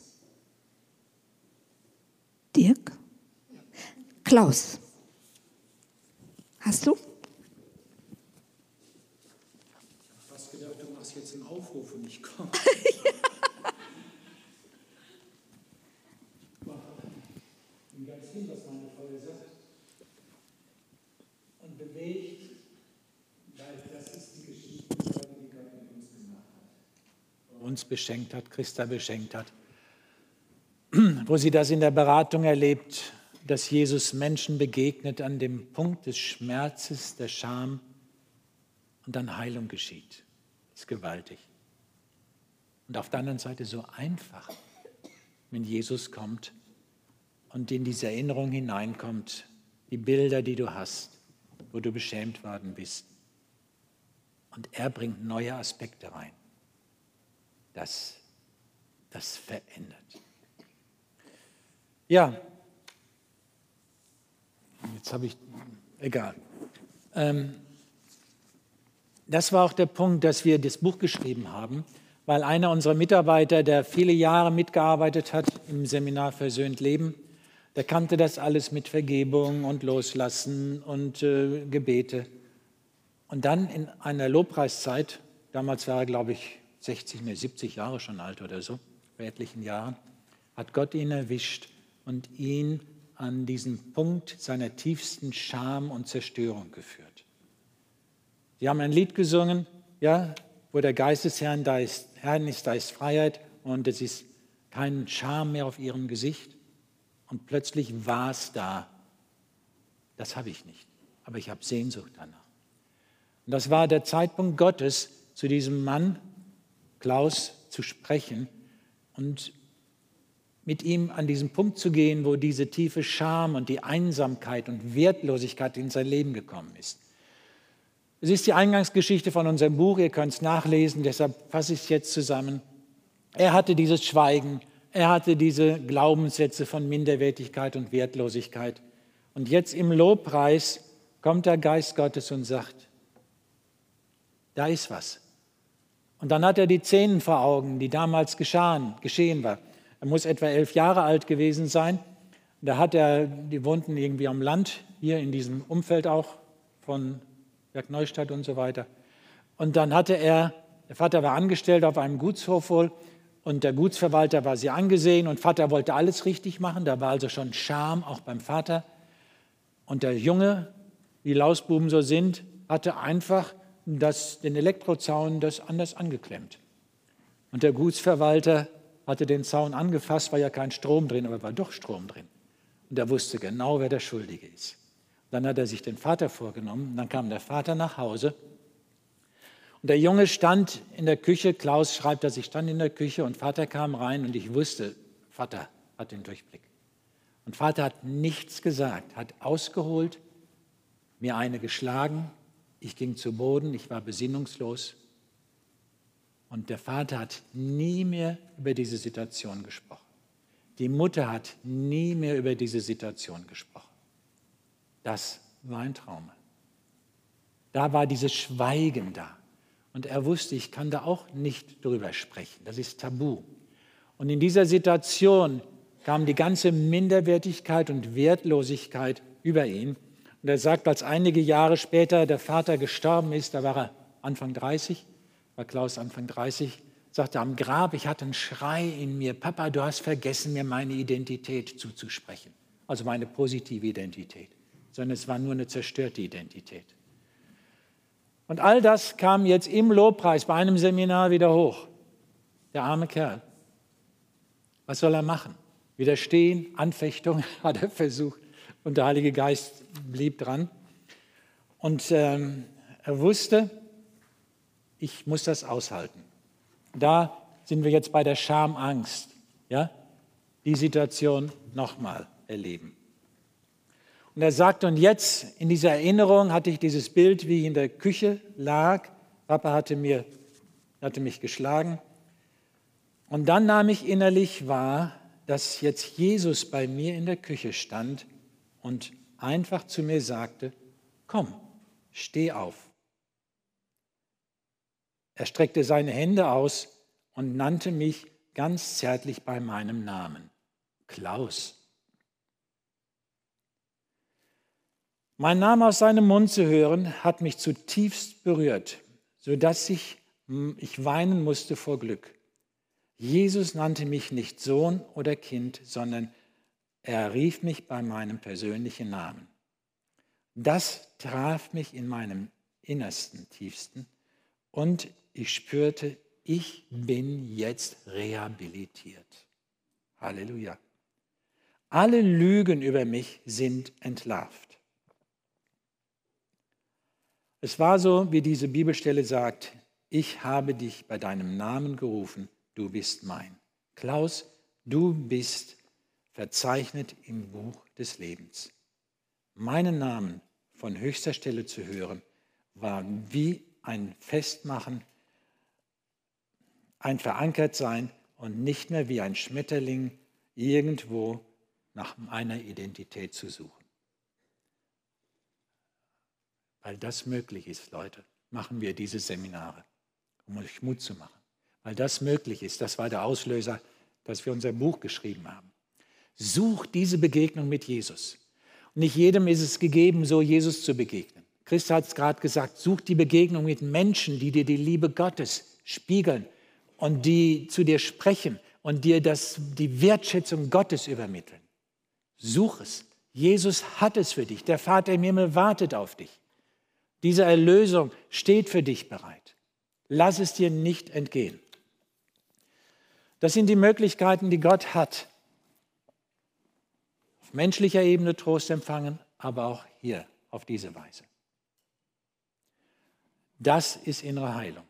Dirk? Klaus? Hast du? Ich habe fast gedacht, du machst jetzt einen Aufruf und ich komme. Und ganz hin, was meine Frau sagt. Und bewegt, weil das ist die Geschichte, die Gott mit uns gemacht hat. Uns beschenkt hat, Christa beschenkt hat. Wo sie das in der Beratung erlebt, dass Jesus Menschen begegnet an dem Punkt des Schmerzes, der Scham und dann Heilung geschieht. Das ist gewaltig. Und auf der anderen Seite so einfach, wenn Jesus kommt und in diese Erinnerung hineinkommt, die Bilder, die du hast, wo du beschämt worden bist. Und er bringt neue Aspekte rein. Das verändert. Ja, jetzt habe ich, egal. Das war auch der Punkt, dass wir das Buch geschrieben haben, weil einer unserer Mitarbeiter, der viele Jahre mitgearbeitet hat im Seminar Versöhnt Leben, der kannte das alles mit Vergebung und Loslassen und Gebete. Und dann in einer Lobpreiszeit, damals war er, glaube ich, 70 Jahre schon alt oder so, vor etlichen Jahren, hat Gott ihn erwischt und ihn an diesen Punkt seiner tiefsten Scham und Zerstörung geführt. Sie haben ein Lied gesungen, ja, wo der Geist des Herrn da ist Freiheit und es ist kein Scham mehr auf ihrem Gesicht. Und plötzlich war es da. Das habe ich nicht, aber ich habe Sehnsucht danach. Und das war der Zeitpunkt Gottes, zu diesem Mann, Klaus, zu sprechen und mit ihm an diesen Punkt zu gehen, wo diese tiefe Scham und die Einsamkeit und Wertlosigkeit in sein Leben gekommen ist. Es ist die Eingangsgeschichte von unserem Buch, ihr könnt es nachlesen, deshalb fasse ich es jetzt zusammen. Er hatte dieses Schweigen, er hatte diese Glaubenssätze von Minderwertigkeit und Wertlosigkeit. Und jetzt im Lobpreis kommt der Geist Gottes und sagt, da ist was. Und dann hat er die Szenen vor Augen, die damals geschehen war. Er muss etwa 11 Jahre alt gewesen sein. Da hat er, die wohnten irgendwie am Land, hier in diesem Umfeld auch von Bergneustadt und so weiter. Und dann hatte der Vater war angestellt auf einem Gutshof wohl und der Gutsverwalter war sehr angesehen und Vater wollte alles richtig machen. Da war also schon Scham, auch beim Vater. Und der Junge, wie Lausbuben so sind, hatte einfach den Elektrozaun das anders angeklemmt. Und der Gutsverwalter hatte den Zaun angefasst, war ja kein Strom drin, aber war doch Strom drin. Und er wusste genau, wer der Schuldige ist. Dann hat er sich den Vater vorgenommen, dann kam der Vater nach Hause und der Junge stand in der Küche, Klaus schreibt, dass ich stand in der Küche und Vater kam rein und ich wusste, Vater hat den Durchblick. Und Vater hat nichts gesagt, hat ausgeholt, mir eine geschlagen, ich ging zu Boden, ich war besinnungslos. Und der Vater hat nie mehr über diese Situation gesprochen. Die Mutter hat nie mehr über diese Situation gesprochen. Das war ein Trauma. Da war dieses Schweigen da. Und er wusste, ich kann da auch nicht drüber sprechen. Das ist tabu. Und in dieser Situation kam die ganze Minderwertigkeit und Wertlosigkeit über ihn. Und er sagt, als einige Jahre später der Vater gestorben ist, da war er Anfang 30, war Klaus Anfang 30, sagte er am Grab, ich hatte einen Schrei in mir, Papa, du hast vergessen, mir meine Identität zuzusprechen. Also meine positive Identität. Sondern es war nur eine zerstörte Identität. Und all das kam jetzt im Lobpreis bei einem Seminar wieder hoch. Der arme Kerl. Was soll er machen? Widerstehen, Anfechtung hat er versucht. Und der Heilige Geist blieb dran. Und er wusste, ich muss das aushalten. Da sind wir jetzt bei der Schamangst. Ja? Die Situation nochmal erleben. Und er sagt, und jetzt in dieser Erinnerung hatte ich dieses Bild, wie ich in der Küche lag. Papa hatte mich geschlagen. Und dann nahm ich innerlich wahr, dass jetzt Jesus bei mir in der Küche stand und einfach zu mir sagte, komm, steh auf. Er streckte seine Hände aus und nannte mich ganz zärtlich bei meinem Namen, Klaus. Mein Name aus seinem Mund zu hören, hat mich zutiefst berührt, sodass ich weinen musste vor Glück. Jesus nannte mich nicht Sohn oder Kind, sondern er rief mich bei meinem persönlichen Namen. Das traf mich in meinem Innersten, Tiefsten und ich spürte, ich bin jetzt rehabilitiert. Halleluja. Alle Lügen über mich sind entlarvt. Es war so, wie diese Bibelstelle sagt, ich habe dich bei deinem Namen gerufen, du bist mein. Klaus, du bist verzeichnet im Buch des Lebens. Meinen Namen von höchster Stelle zu hören, war wie ein Festmachen, ein Verankertsein und nicht mehr wie ein Schmetterling irgendwo nach einer Identität zu suchen. Weil das möglich ist, Leute, machen wir diese Seminare, um euch Mut zu machen. Weil das möglich ist, das war der Auslöser, dass wir unser Buch geschrieben haben. Such diese Begegnung mit Jesus. Und nicht jedem ist es gegeben, so Jesus zu begegnen. Christa hat es gerade gesagt, such die Begegnung mit Menschen, die dir die Liebe Gottes spiegeln und die zu dir sprechen und dir die Wertschätzung Gottes übermitteln. Such es. Jesus hat es für dich. Der Vater im Himmel wartet auf dich. Diese Erlösung steht für dich bereit. Lass es dir nicht entgehen. Das sind die Möglichkeiten, die Gott hat. Auf menschlicher Ebene Trost empfangen, aber auch hier auf diese Weise. Das ist innere Heilung.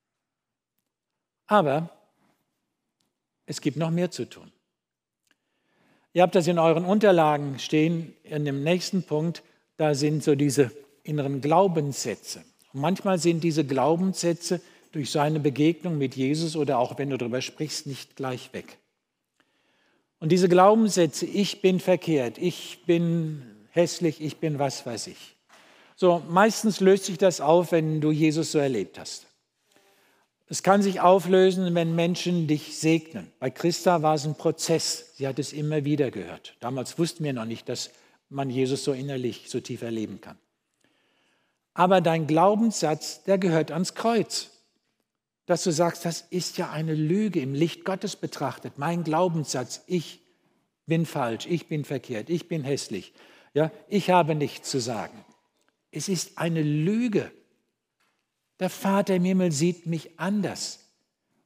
Aber es gibt noch mehr zu tun. Ihr habt das in euren Unterlagen stehen, in dem nächsten Punkt, da sind so diese inneren Glaubenssätze. Und manchmal sind diese Glaubenssätze durch seine Begegnung mit Jesus oder auch wenn du darüber sprichst, nicht gleich weg. Und diese Glaubenssätze, ich bin verkehrt, ich bin hässlich, ich bin was weiß ich. So, meistens löst sich das auf, wenn du Jesus so erlebt hast. Es kann sich auflösen, wenn Menschen dich segnen. Bei Christa war es ein Prozess. Sie hat es immer wieder gehört. Damals wussten wir noch nicht, dass man Jesus so innerlich, so tief erleben kann. Aber dein Glaubenssatz, der gehört ans Kreuz. Dass du sagst, das ist ja eine Lüge im Licht Gottes betrachtet. Mein Glaubenssatz, ich bin falsch, ich bin verkehrt, ich bin hässlich. Ja, ich habe nichts zu sagen. Es ist eine Lüge. Der Vater im Himmel sieht mich anders.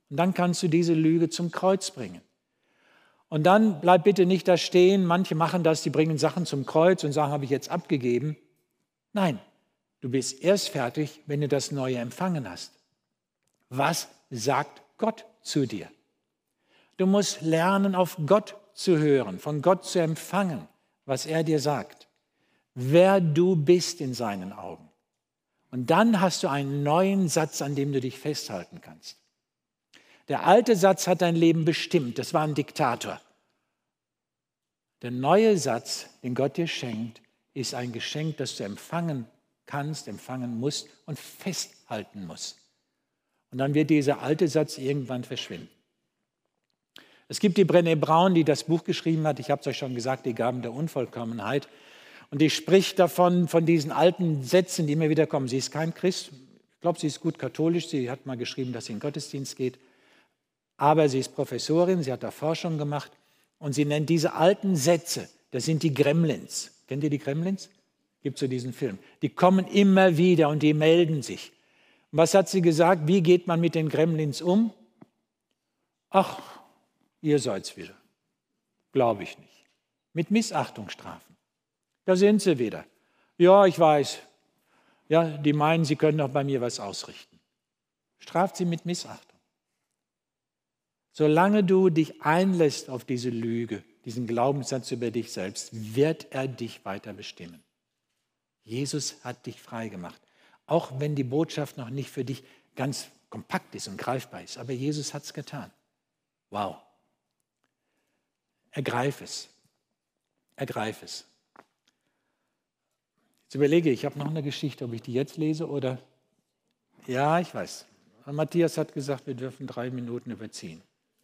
Und dann kannst du diese Lüge zum Kreuz bringen. Und dann bleib bitte nicht da stehen. Manche machen das, die bringen Sachen zum Kreuz und sagen, habe ich jetzt abgegeben. Nein, du bist erst fertig, wenn du das Neue empfangen hast. Was sagt Gott zu dir? Du musst lernen, auf Gott zu hören, von Gott zu empfangen, was er dir sagt. Wer du bist in seinen Augen. Und dann hast du einen neuen Satz, an dem du dich festhalten kannst. Der alte Satz hat dein Leben bestimmt, das war ein Diktator. Der neue Satz, den Gott dir schenkt, ist ein Geschenk, das du empfangen kannst, empfangen musst und festhalten musst. Und dann wird dieser alte Satz irgendwann verschwinden. Es gibt die Brené Brown, die das Buch geschrieben hat, ich habe es euch schon gesagt, die Gaben der Unvollkommenheit. Und die spricht davon, von diesen alten Sätzen, die immer wieder kommen. Sie ist kein Christ, ich glaube, sie ist gut katholisch, sie hat mal geschrieben, dass sie in den Gottesdienst geht. Aber sie ist Professorin, sie hat da Forschung gemacht und sie nennt diese alten Sätze, das sind die Gremlins. Kennt ihr die Gremlins? Gibt so diesen Film. Die kommen immer wieder und die melden sich. Und was hat sie gesagt? Wie geht man mit den Gremlins um? Ach, ihr seid's wieder. Glaube ich nicht. Mit Missachtungsstrafen. Da sind sie wieder. Ja, ich weiß. Ja, die meinen, sie können doch bei mir was ausrichten. Straft sie mit Missachtung. Solange du dich einlässt auf diese Lüge, diesen Glaubenssatz über dich selbst, wird er dich weiter bestimmen. Jesus hat dich frei gemacht. Auch wenn die Botschaft noch nicht für dich ganz kompakt ist und greifbar ist. Aber Jesus hat es getan. Wow. Ergreif es. Ergreif es. Jetzt überlege ich habe noch eine Geschichte, ob ich die jetzt lese oder... Ja, ich weiß. Matthias hat gesagt, wir dürfen 3 Minuten überziehen.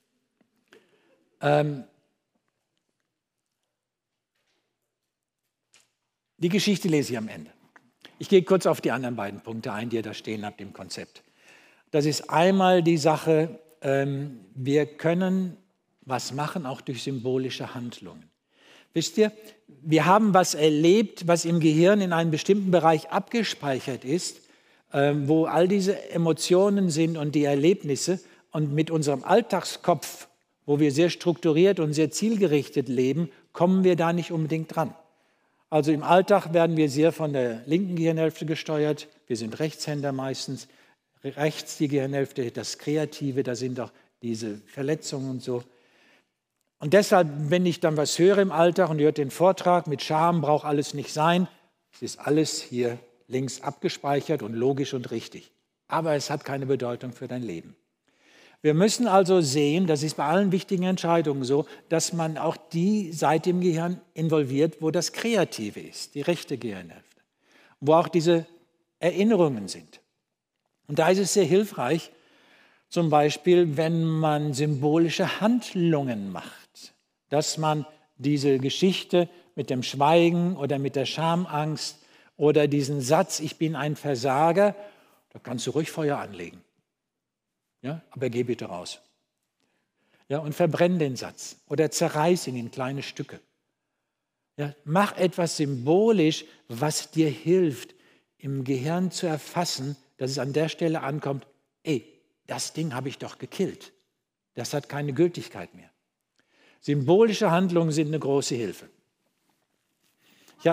Die Geschichte lese ich am Ende. Ich gehe kurz auf die anderen beiden Punkte ein, die ihr da stehen habt im Konzept. Das ist einmal die Sache, wir können was machen, auch durch symbolische Handlungen. Wisst ihr, wir haben was erlebt, was im Gehirn in einem bestimmten Bereich abgespeichert ist, wo all diese Emotionen sind und die Erlebnisse. Und mit unserem Alltagskopf, wo wir sehr strukturiert und sehr zielgerichtet leben, kommen wir da nicht unbedingt dran. Also im Alltag werden wir sehr von der linken Gehirnhälfte gesteuert. Wir sind Rechtshänder meistens. Rechts die Gehirnhälfte, das Kreative, da sind auch diese Verletzungen und so. Und deshalb, wenn ich dann was höre im Alltag und ihr hört den Vortrag mit Scham, braucht alles nicht sein, es ist alles hier links abgespeichert und logisch und richtig. Aber es hat keine Bedeutung für dein Leben. Wir müssen also sehen, das ist bei allen wichtigen Entscheidungen so, dass man auch die Seite im Gehirn involviert, wo das Kreative ist, die rechte Gehirnhälfte, wo auch diese Erinnerungen sind. Und da ist es sehr hilfreich, zum Beispiel, wenn man symbolische Handlungen macht, dass man diese Geschichte mit dem Schweigen oder mit der Schamangst oder diesen Satz, ich bin ein Versager, da kannst du ruhig Feuer anlegen. Ja, aber geh bitte raus. Ja, und verbrenn den Satz oder zerreiß ihn in kleine Stücke. Ja, mach etwas symbolisch, was dir hilft, im Gehirn zu erfassen, dass es an der Stelle ankommt, ey, das Ding habe ich doch gekillt. Das hat keine Gültigkeit mehr. Symbolische Handlungen sind eine große Hilfe. Hier,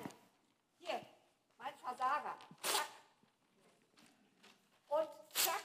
mein Versager. Zack. Und zack.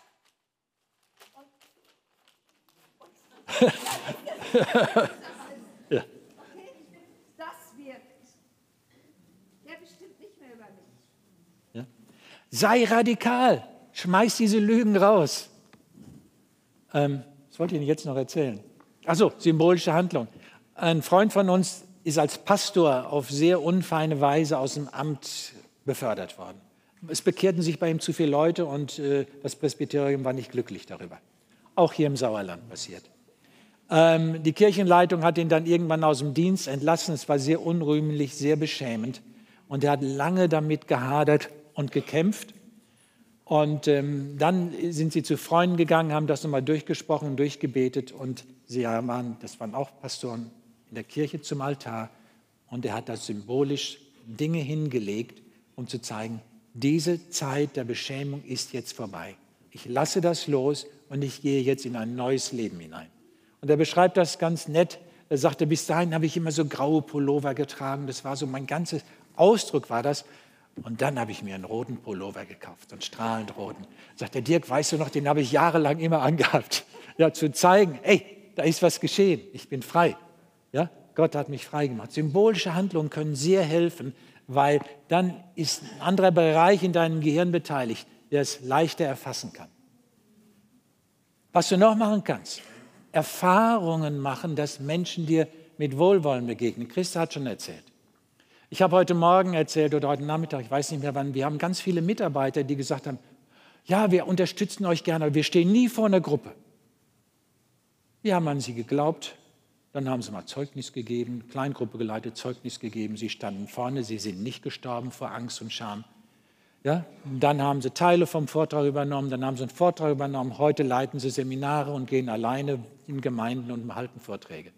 Ja. Okay, das wirkt. Der bestimmt nicht mehr über mich. Ja. Sei radikal. Schmeiß diese Lügen raus. Was wollte ich Ihnen jetzt noch erzählen? Achso, symbolische Handlung. Ein Freund von uns ist als Pastor auf sehr unfeine Weise aus dem Amt befördert worden. Es bekehrten sich bei ihm zu viele Leute und das Presbyterium war nicht glücklich darüber. Auch hier im Sauerland passiert. Die Kirchenleitung hat ihn dann irgendwann aus dem Dienst entlassen. Es war sehr unrühmlich, sehr beschämend. Und er hat lange damit gehadert und gekämpft. Und dann sind sie zu Freunden gegangen, haben das nochmal durchgesprochen und durchgebetet. Und das waren auch Pastoren in der Kirche zum Altar. Und er hat da symbolisch Dinge hingelegt, um zu zeigen, diese Zeit der Beschämung ist jetzt vorbei. Ich lasse das los und ich gehe jetzt in ein neues Leben hinein. Und er beschreibt das ganz nett. Er sagte, bis dahin habe ich immer so graue Pullover getragen. Das war so mein ganzer Ausdruck war das. Und dann habe ich mir einen roten Pullover gekauft, einen strahlend roten. Sagt der Dirk, weißt du noch, den habe ich jahrelang immer angehabt. Ja, zu zeigen, ey, da ist was geschehen, ich bin frei. Ja, Gott hat mich frei gemacht. Symbolische Handlungen können sehr helfen, weil dann ist ein anderer Bereich in deinem Gehirn beteiligt, der es leichter erfassen kann. Was du noch machen kannst, Erfahrungen machen, dass Menschen dir mit Wohlwollen begegnen. Christa hat schon erzählt. Ich habe heute Morgen erzählt oder heute Nachmittag, ich weiß nicht mehr wann, wir haben ganz viele Mitarbeiter, die gesagt haben, ja, wir unterstützen euch gerne, aber wir stehen nie vor einer Gruppe. Wir haben an sie geglaubt, dann haben sie mal Zeugnis gegeben, Kleingruppe geleitet, Zeugnis gegeben, sie standen vorne, sie sind nicht gestorben vor Angst und Scham. Ja? Dann haben sie Teile vom Vortrag übernommen, dann haben sie einen Vortrag übernommen, heute leiten sie Seminare und gehen alleine in Gemeinden und halten Vorträge.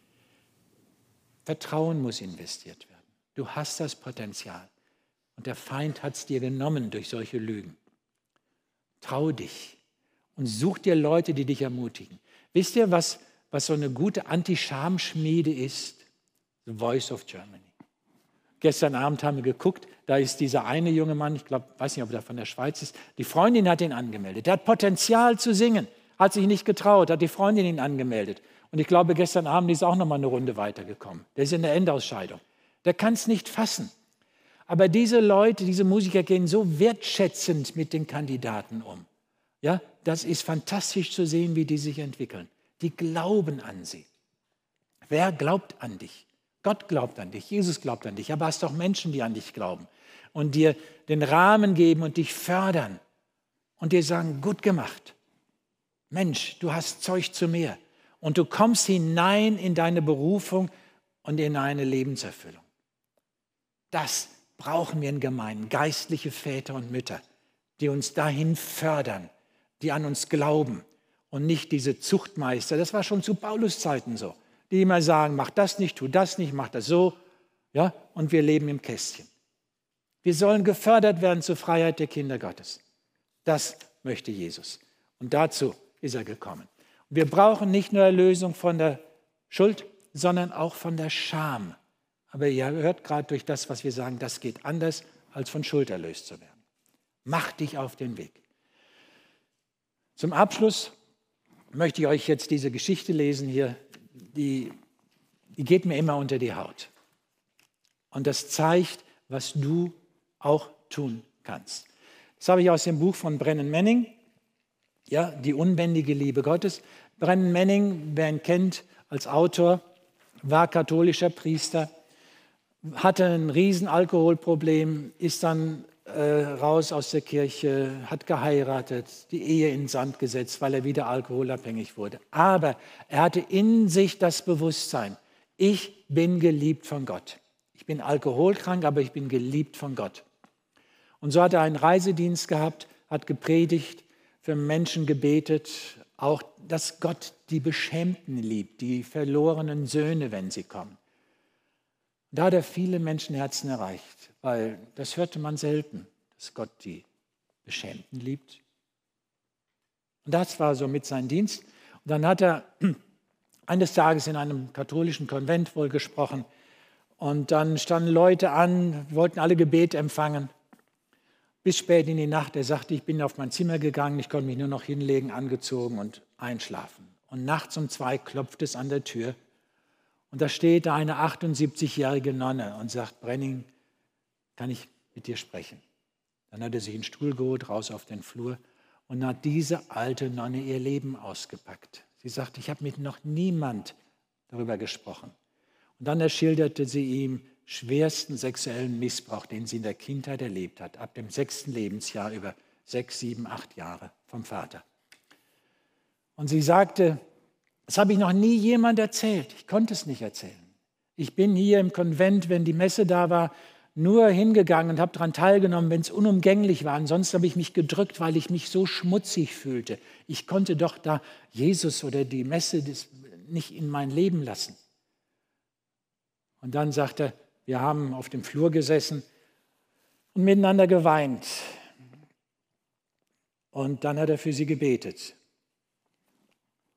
Vertrauen muss investiert werden. Du hast das Potenzial und der Feind hat es dir genommen durch solche Lügen. Trau dich und such dir Leute, die dich ermutigen. Wisst ihr, was so eine gute Anti-Scham-Schmiede ist? The Voice of Germany. Gestern Abend haben wir geguckt, da ist dieser eine junge Mann, ich glaube, weiß nicht, ob er von der Schweiz ist, die Freundin hat ihn angemeldet. Der hat Potenzial zu singen, hat sich nicht getraut, hat die Freundin ihn angemeldet. Und ich glaube, gestern Abend ist auch noch mal eine Runde weitergekommen. Der ist in der Endausscheidung. Der kann es nicht fassen. Aber diese Leute, diese Musiker gehen so wertschätzend mit den Kandidaten um. Ja, das ist fantastisch zu sehen, wie die sich entwickeln. Die glauben an sie. Wer glaubt an dich? Gott glaubt an dich, Jesus glaubt an dich, aber hast auch Menschen, die an dich glauben und dir den Rahmen geben und dich fördern und dir sagen, gut gemacht. Mensch, du hast Zeug zu mehr. Und du kommst hinein in deine Berufung und in eine Lebenserfüllung. Das brauchen wir in Gemeinden, geistliche Väter und Mütter, die uns dahin fördern, die an uns glauben und nicht diese Zuchtmeister. Das war schon zu Paulus Zeiten so, die immer sagen, mach das nicht, tu das nicht, mach das so. Ja? Und wir leben im Kästchen. Wir sollen gefördert werden zur Freiheit der Kinder Gottes. Das möchte Jesus. Und dazu ist er gekommen. Und wir brauchen nicht nur Erlösung von der Schuld, sondern auch von der Scham. Aber ihr hört gerade durch das, was wir sagen, das geht anders, als von Schuld erlöst zu werden. Mach dich auf den Weg. Zum Abschluss möchte ich euch jetzt diese Geschichte lesen hier, die geht mir immer unter die Haut. Und das zeigt, was du auch tun kannst. Das habe ich aus dem Buch von Brennan Manning, ja, Die unbändige Liebe Gottes. Brennan Manning, wer ihn kennt als Autor, war katholischer Priester, hatte ein riesen Alkoholproblem, ist dann raus aus der Kirche, hat geheiratet, die Ehe in den Sand gesetzt, weil er wieder alkoholabhängig wurde. Aber er hatte in sich das Bewusstsein, ich bin geliebt von Gott. Ich bin alkoholkrank, aber ich bin geliebt von Gott. Und so hat er einen Reisedienst gehabt, hat gepredigt, für Menschen gebetet, auch, dass Gott die Beschämten liebt, die verlorenen Söhne, wenn sie kommen. Da hat er viele Menschenherzen erreicht, weil das hörte man selten, dass Gott die Beschämten liebt. Und das war so mit seinem Dienst. Und dann hat er eines Tages in einem katholischen Konvent wohl gesprochen. Und dann standen Leute an, wollten alle Gebet empfangen. Bis spät in die Nacht. Er sagte, ich bin auf mein Zimmer gegangen, ich konnte mich nur noch hinlegen, angezogen und einschlafen. Und nachts um 2 klopft es an der Tür. Und da steht eine 78-jährige Nonne und sagt, Brenning, kann ich mit dir sprechen? Dann hat er sich einen Stuhl geholt, raus auf den Flur und hat diese alte Nonne ihr Leben ausgepackt. Sie sagte, ich habe mit noch niemand darüber gesprochen. Und dann schilderte sie ihm schwersten sexuellen Missbrauch, den sie in der Kindheit erlebt hat, ab dem 6. Lebensjahr über 6, 7, 8 Jahre vom Vater. Und sie sagte, das habe ich noch nie jemand erzählt. Ich konnte es nicht erzählen. Ich bin hier im Konvent, wenn die Messe da war, nur hingegangen und habe daran teilgenommen, wenn es unumgänglich war. Ansonsten habe ich mich gedrückt, weil ich mich so schmutzig fühlte. Ich konnte doch da Jesus oder die Messe nicht in mein Leben lassen. Und dann sagte er, wir haben auf dem Flur gesessen und miteinander geweint. Und dann hat er für sie gebetet.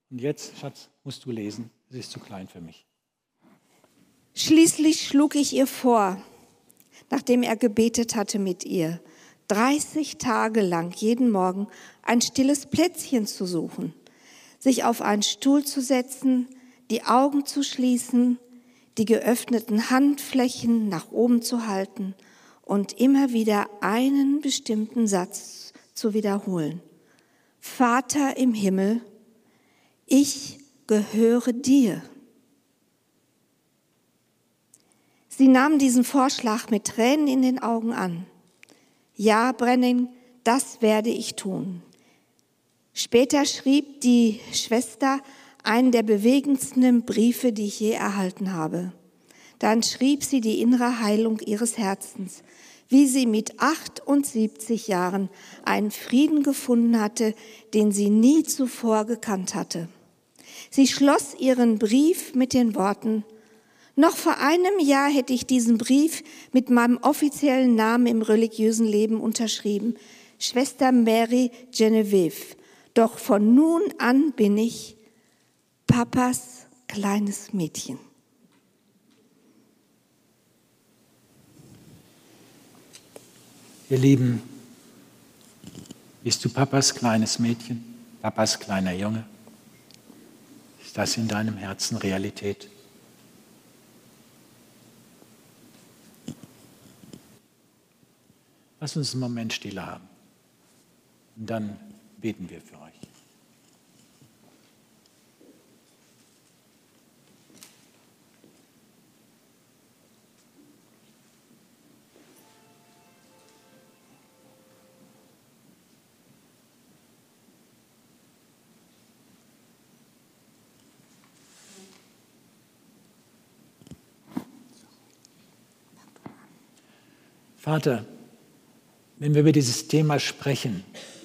Und jetzt, Schatz, musst du lesen. Es ist zu klein für mich. Schließlich schlug ich ihr vor, nachdem er gebetet hatte mit ihr, 30 Tage lang jeden Morgen ein stilles Plätzchen zu suchen, sich auf einen Stuhl zu setzen, die Augen zu schließen, die geöffneten Handflächen nach oben zu halten und immer wieder einen bestimmten Satz zu wiederholen. Vater im Himmel, ich gehöre dir. Sie nahm diesen Vorschlag mit Tränen in den Augen an. Ja, Brenning, das werde ich tun. Später schrieb die Schwester einen der bewegendsten Briefe, die ich je erhalten habe. Dann schrieb sie die innere Heilung ihres Herzens, wie sie mit 78 Jahren einen Frieden gefunden hatte, den sie nie zuvor gekannt hatte. Sie schloss ihren Brief mit den Worten: Noch vor einem Jahr hätte ich diesen Brief mit meinem offiziellen Namen im religiösen Leben unterschrieben, Schwester Mary Genevieve. Doch von nun an bin ich Papas kleines Mädchen. Ihr Lieben, bist du Papas kleines Mädchen, Papas kleiner Junge? Ist das in deinem Herzen Realität? Lass uns einen Moment Stille haben und dann beten wir für euch. Vater, wenn wir über dieses Thema sprechen,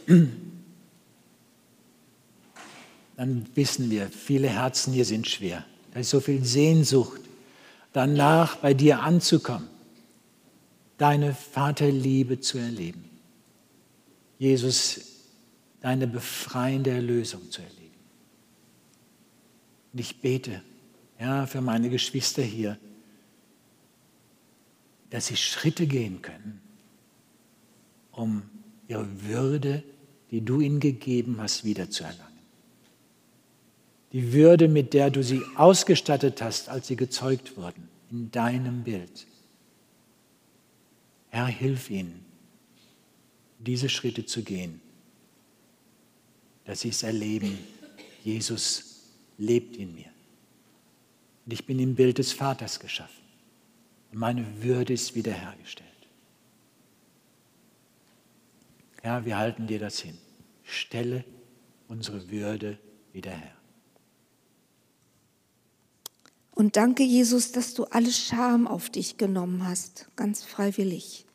dann wissen wir, viele Herzen hier sind schwer. Da ist so viel Sehnsucht, danach bei dir anzukommen, deine Vaterliebe zu erleben. Jesus, deine befreiende Erlösung zu erleben. Und ich bete, ja, für meine Geschwister hier, dass sie Schritte gehen können, um ihre Würde, die du ihnen gegeben hast, wiederzuerlangen. Die Würde, mit der du sie ausgestattet hast, als sie gezeugt wurden, in deinem Bild. Herr, hilf ihnen, diese Schritte zu gehen, dass sie es erleben, Jesus lebt in mir. Und ich bin im Bild des Vaters geschaffen. Und meine Würde ist wiederhergestellt. Herr, wir halten dir das hin. Stelle unsere Würde wieder her. Und danke, Jesus, dass du alle Scham auf dich genommen hast, ganz freiwillig.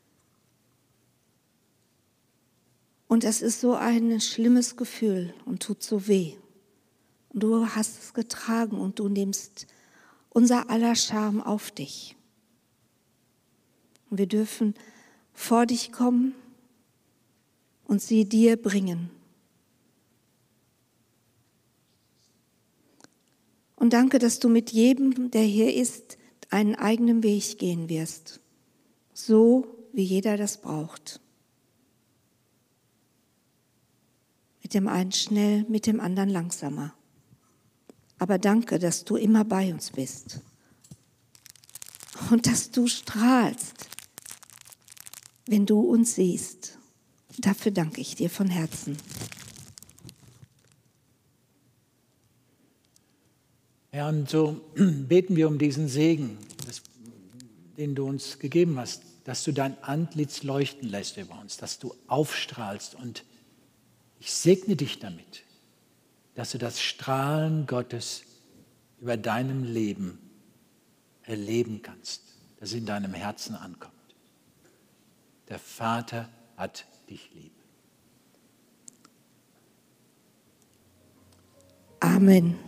Und es ist so ein schlimmes Gefühl und tut so weh. Und du hast es getragen und du nimmst unser aller Scham auf dich. Und wir dürfen vor dich kommen und sie dir bringen. Und danke, dass du mit jedem, der hier ist, einen eigenen Weg gehen wirst. So, wie jeder das braucht. Mit dem einen schnell, mit dem anderen langsamer. Aber danke, dass du immer bei uns bist. Und dass du strahlst, wenn du uns siehst. Dafür danke ich dir von Herzen. Ja, und so beten wir um diesen Segen, den du uns gegeben hast, dass du dein Antlitz leuchten lässt über uns, dass du aufstrahlst. Und ich segne dich damit, dass du das Strahlen Gottes über deinem Leben erleben kannst, dass es in deinem Herzen ankommt. Der Vater hat dich lieb. Amen.